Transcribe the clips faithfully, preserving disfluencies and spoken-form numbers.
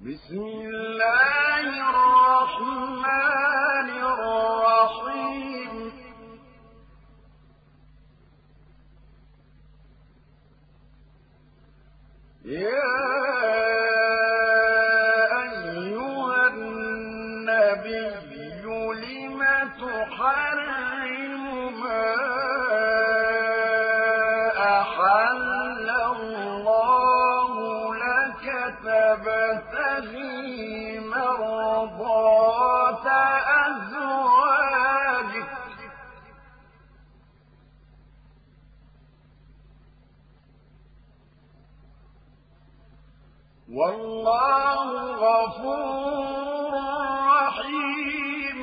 بسم الله الرحمن الرحيم يا أيها النبي لم تحرم ما أحل الله لك تبتغي مرضات أزواجك والله غفور رحيم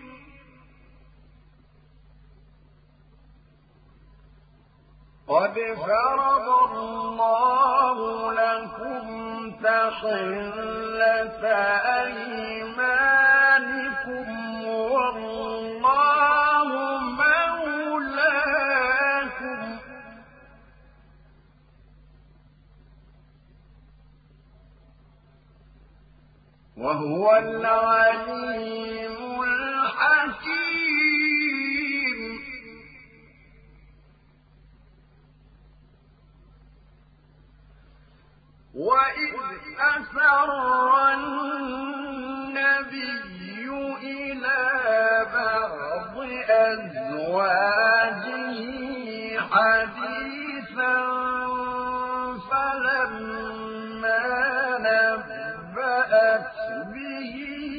قد فرض الله لكم تحلة أيمانكم والله مولاكم وهو العليم الحكيم وإذ أسر النبي إلى بعض أزواجه حديثا فلما نبأت به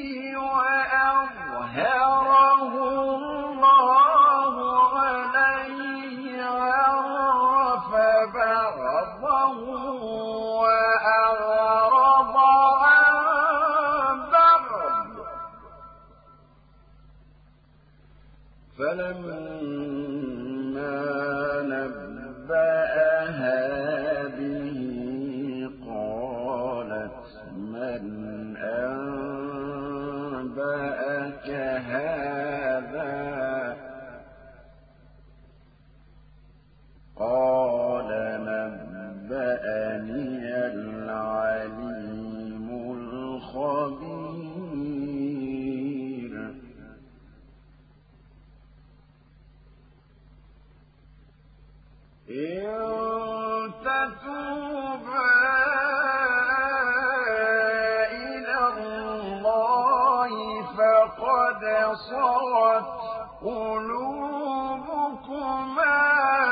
وأظهره الله عليه عرف بعضه وأعرض عن بعض فلما نبأها به قالت من أنبأك هذا قال نبأني العليم الخبير إن تتوبا إلى الله فقد صغت قلوبكما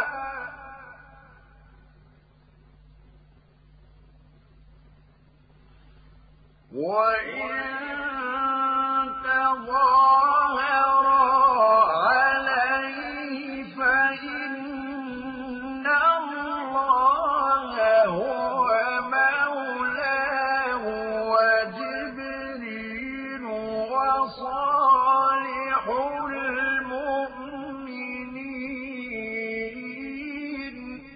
وإن تظاهرا عليه فإن الله هو مولاه وجبريل وصالح المؤمنين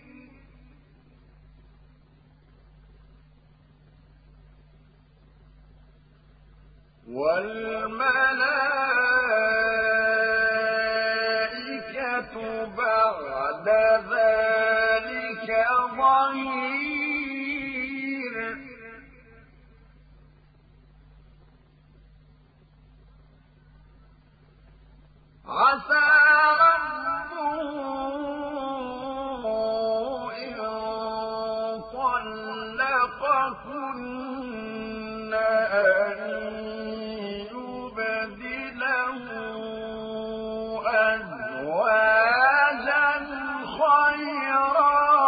والملائكة بعد ذلك ظهير عسى ربه إن طلقكن أن يبدله أزواجا خيرا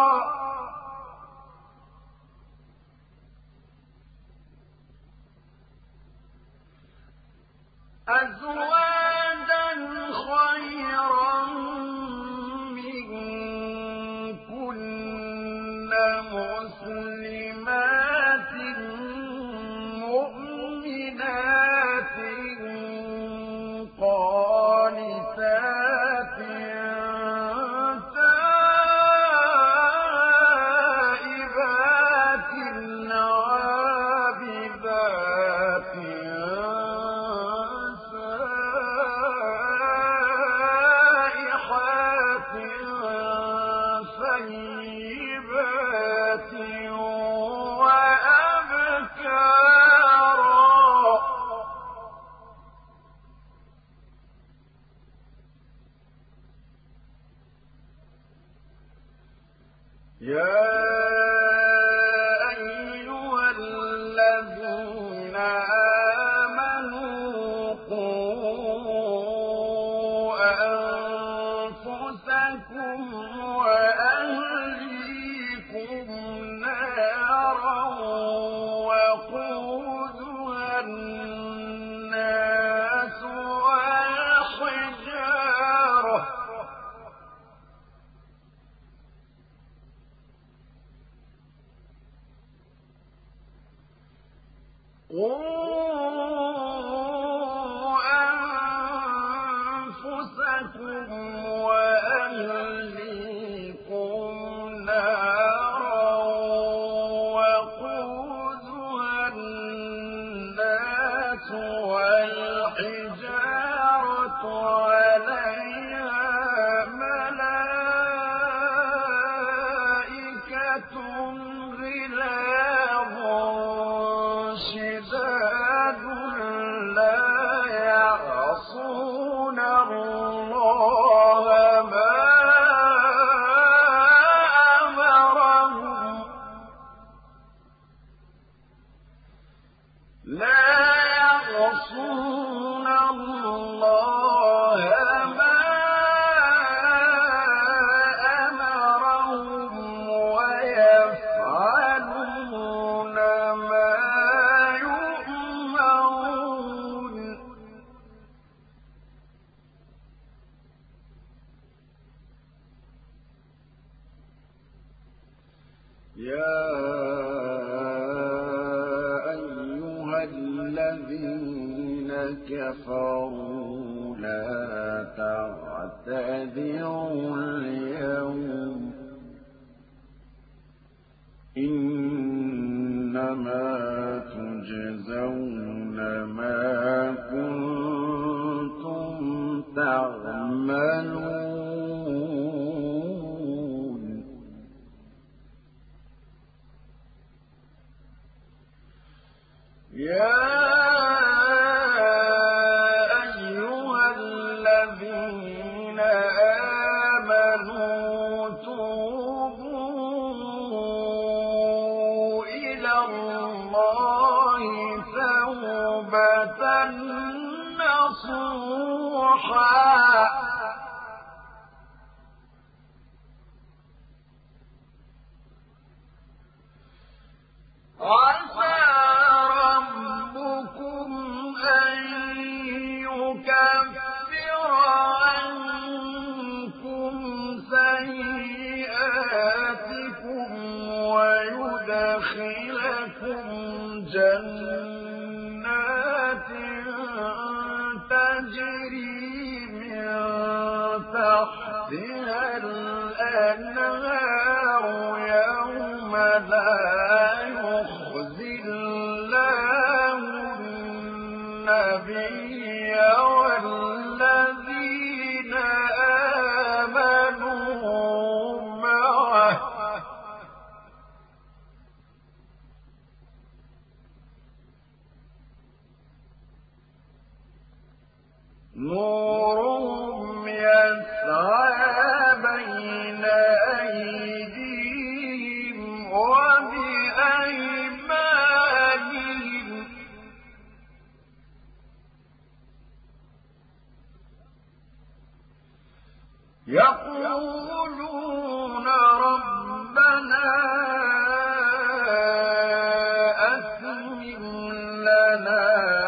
أزواجا خيرا منكن مسلمات مؤمنات قانتات تائبات عابدات قُوا أَنفُسَكُمْ وَأَهْلِيكُمْ نَارًا وَقُودُهَا النَّاسُ وَالْحِجَارَةُ عَلَيْهَا مَلَائِكَةٌ غِلَاظٌ شِدَادٌ لَّا يَعْصُونَ اللَّهَ مَا أَمَرَهُمْ لا يعصون الله ما أمرهم ويفعلون ما يؤمرون يا الذين كفروا لا تعتذروا اليوم إنما تجزون ما كنتم تعملون يا نصوحا عسى ربكم أن يكفر عنكم سيئاتكم ويدخلكم جنات تجري من تحتها الأنهار يوم لا يخزي الله النبي والذين آمنوا معه نورهم يسعى بين أيديهم وبأيمانهم يقولون ربنا أتمم لنا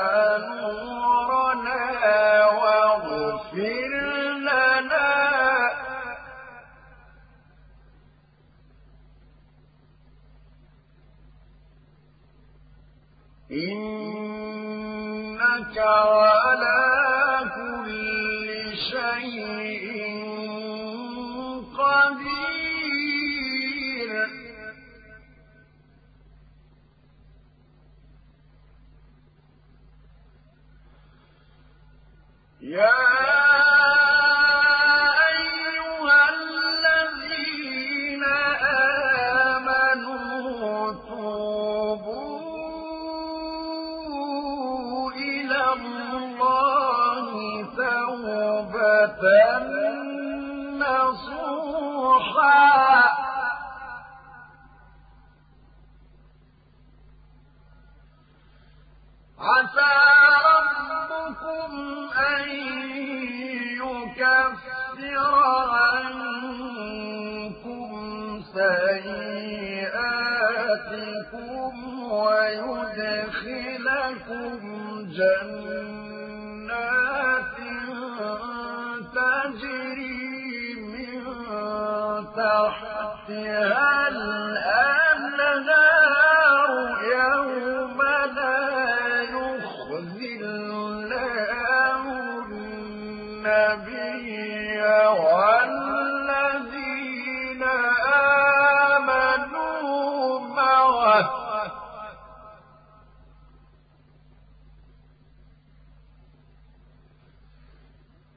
واغفر لنا إنك على كل شيء قدير يا أيها الذين آمنوا توبوا إلى الله توبة نصوحا عسى ربكم أن يكفر عنكم سيئاتكم ويدخلكم جنات تجري من تحتها الأنهار يوم لا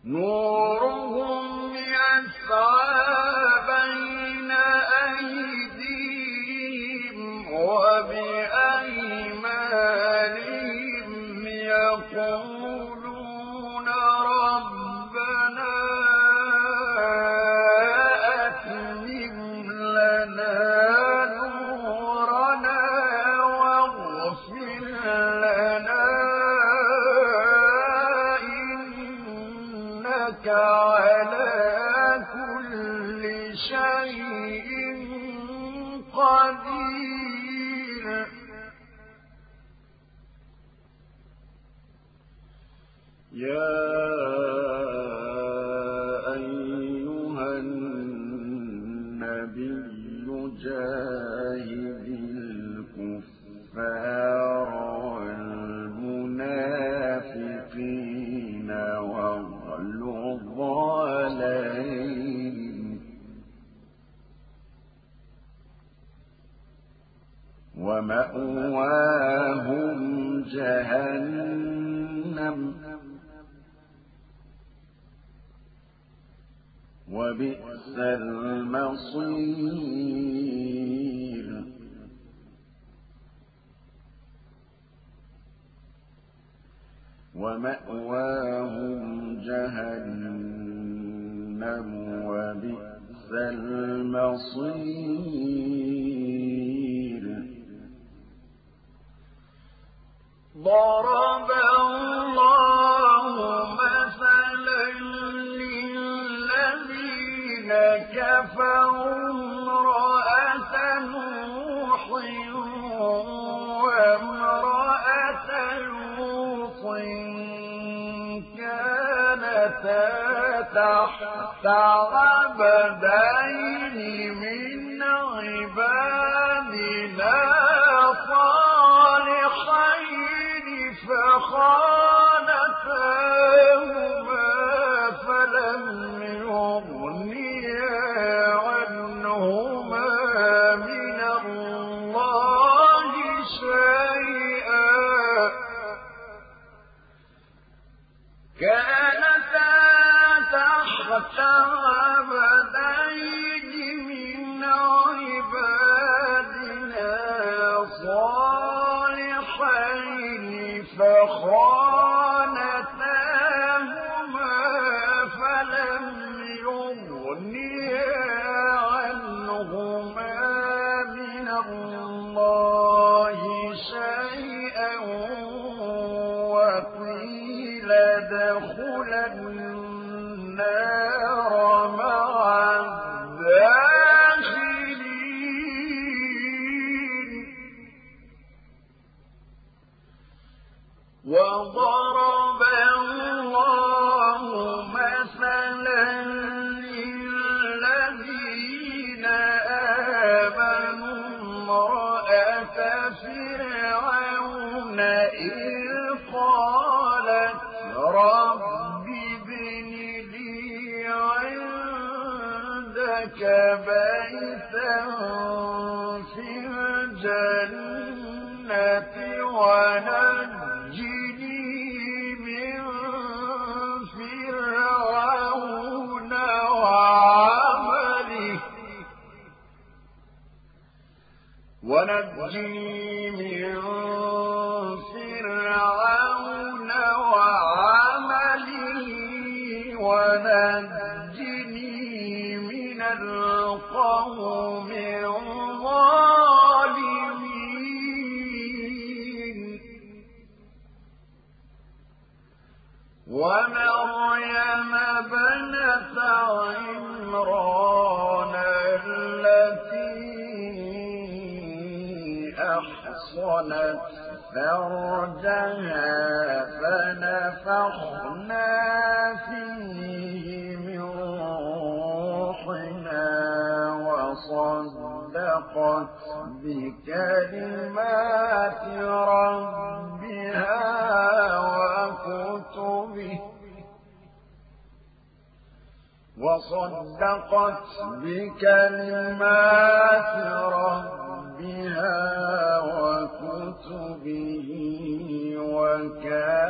نورهم يسعى بين أيديهم وبأيمانهم يقولون ربنا أتمم لنا نورنا واغفر لنا إنك على كل شيء قدير. يا أيها النبي جاهد الكفار والمنافقين واغلظ عليهم ومأواهم جهنم وبئس المصير. ومأواهم جهنم وبئس المصير. ضرب الله مثلا للذين كفروا امرأة نوح وامرأة لوط كانتا تحت عبدين من عبادنا صالحين فخانتاهما فلم يغنيا عنهما من الله شيئا كانتا تحت عبدين من عبادنا صالحين فخانتاهما فلم يغنيا عنهما من الله شيئا وقيل ادخلا النار مع الداخلين. وضرب الله مثلا للذين آمنوا امرأة فرعون إذ قالت رب ابن لي عندك بيتا في الجنة ونجني من فرعون وعمله ونجني من فرعون وعمله ونجني من القوم الظالمين. ومريم ابنة عمران التي أحصنت فرجها فنفخنا فيه من روحنا وصدقت بكلمات ربها وكتبه وصدقت بكلمات ربها وكتبه وكانت